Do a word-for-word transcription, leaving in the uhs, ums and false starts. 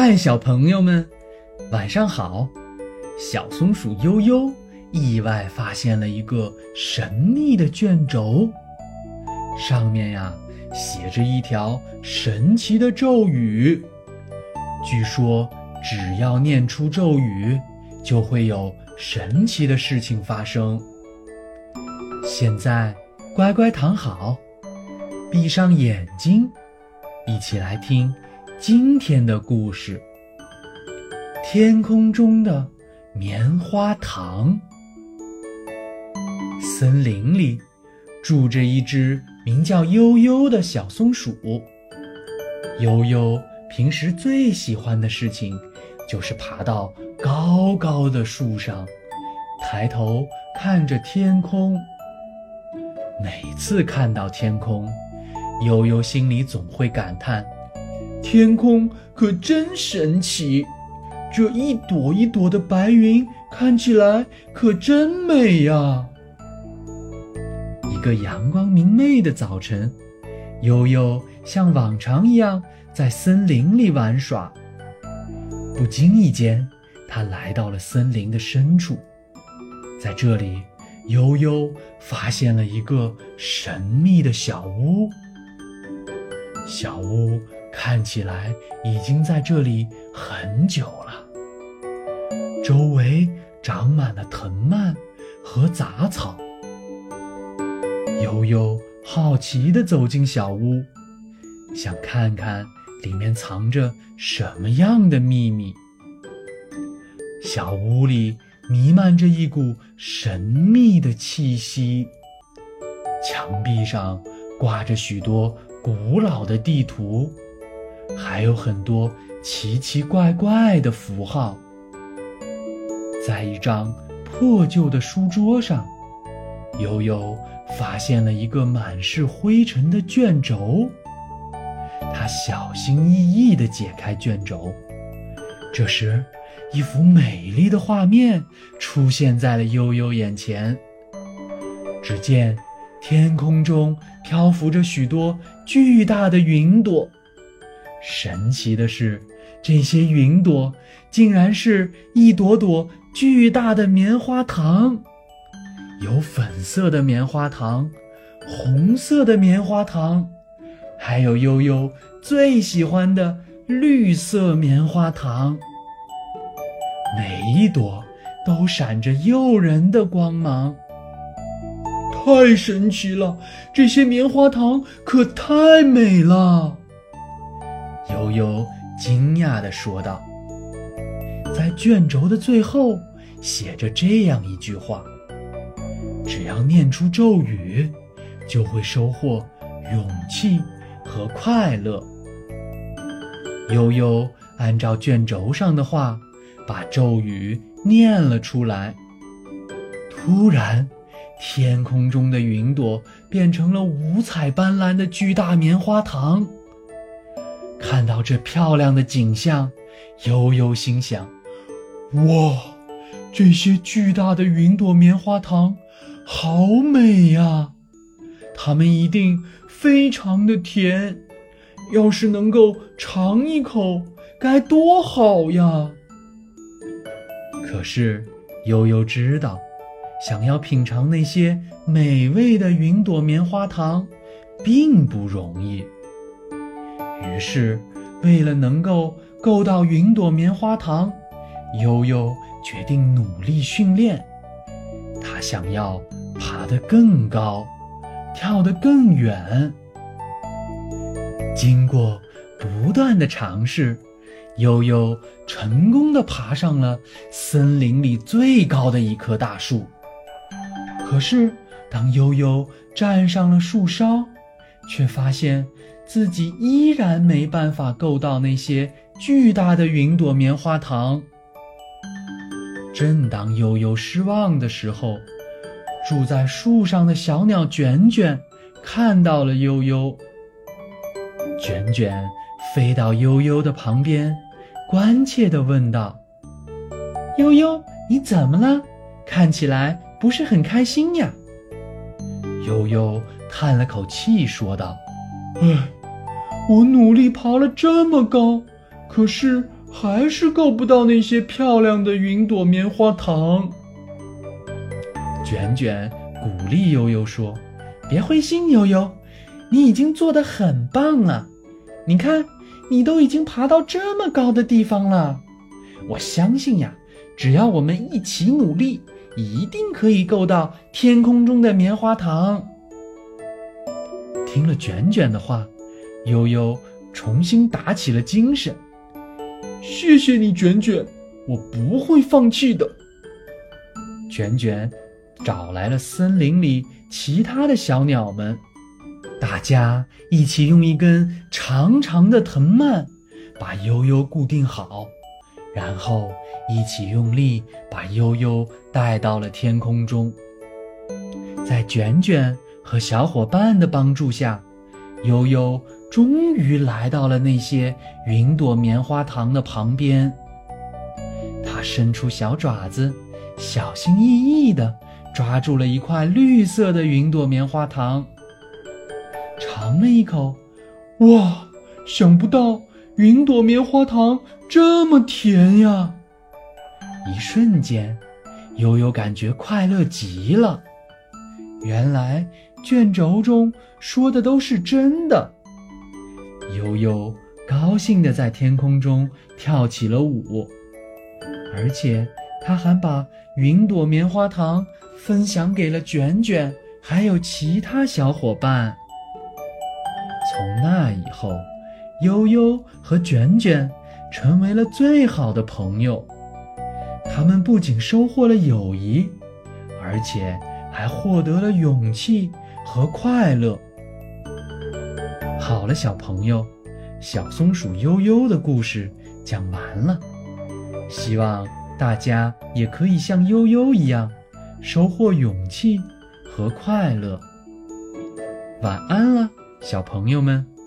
嗨，小朋友们，晚上好！小松鼠悠悠意外发现了一个神秘的卷轴，上面呀写着一条神奇的咒语。据说，只要念出咒语，就会有神奇的事情发生。现在，乖乖躺好，闭上眼睛，一起来听今天的故事。天空中的棉花糖。森林里住着一只名叫悠悠的小松鼠。悠悠平时最喜欢的事情就是爬到高高的树上，抬头看着天空。每次看到天空，悠悠心里总会感叹，天空可真神奇，这一朵一朵的白云看起来可真美呀。一个阳光明媚的早晨，悠悠像往常一样在森林里玩耍。不经意间，他来到了森林的深处。在这里，悠悠发现了一个神秘的小屋。小屋看起来已经在这里很久了，周围长满了藤蔓和杂草。悠悠好奇地走进小屋，想看看里面藏着什么样的秘密。小屋里弥漫着一股神秘的气息，墙壁上挂着许多古老的地图，还有很多奇奇怪怪的符号。在一张破旧的书桌上，悠悠发现了一个满是灰尘的卷轴。他小心翼翼地解开卷轴，这时一幅美丽的画面出现在了悠悠眼前。只见天空中漂浮着许多巨大的云朵，神奇的是，这些云朵竟然是一朵朵巨大的棉花糖。有粉色的棉花糖，红色的棉花糖，还有悠悠最喜欢的绿色棉花糖。每一朵都闪着诱人的光芒。太神奇了，这些棉花糖可太美了！悠悠惊讶地说道。在卷轴的最后写着这样一句话，只要念出咒语，就会收获勇气和快乐。悠悠按照卷轴上的话，把咒语念了出来。突然，天空中的云朵变成了五彩斑斓的巨大棉花糖。看到这漂亮的景象，悠悠心想，哇，这些巨大的云朵棉花糖好美呀，它们一定非常的甜，要是能够尝一口该多好呀。可是悠悠知道，想要品尝那些美味的云朵棉花糖并不容易。于是为了能够够到云朵棉花糖，悠悠决定努力训练。他想要爬得更高，跳得更远。经过不断的尝试，悠悠成功地爬上了森林里最高的一棵大树。可是当悠悠站上了树梢，却发现自己依然没办法够到那些巨大的云朵棉花糖。正当悠悠失望的时候，住在树上的小鸟卷卷看到了悠悠。卷卷飞到悠悠的旁边，关切地问道：悠悠，你怎么了？看起来不是很开心呀。悠悠叹了口气说道：唉，我努力爬了这么高，可是还是够不到那些漂亮的云朵棉花糖。卷卷鼓励悠悠说：“别灰心，悠悠，你已经做得很棒了。你看，你都已经爬到这么高的地方了。我相信呀，只要我们一起努力，一定可以够到天空中的棉花糖。”听了卷卷的话，悠悠重新打起了精神。谢谢你，卷卷，我不会放弃的。卷卷找来了森林里其他的小鸟们，大家一起用一根长长的藤蔓把悠悠固定好，然后一起用力把悠悠带到了天空中。在卷卷和小伙伴的帮助下，悠悠终于来到了那些云朵棉花糖的旁边。他伸出小爪子，小心翼翼地抓住了一块绿色的云朵棉花糖，尝了一口，哇，想不到云朵棉花糖这么甜呀！一瞬间，悠悠感觉快乐极了。原来卷轴中说的都是真的。悠悠高兴地在天空中跳起了舞，而且他还把云朵棉花糖分享给了卷卷还有其他小伙伴。从那以后，悠悠和卷卷成为了最好的朋友。他们不仅收获了友谊，而且还获得了勇气和快乐。好了，小朋友，小松鼠悠悠的故事讲完了。希望大家也可以像悠悠一样，收获勇气和快乐。晚安了，小朋友们。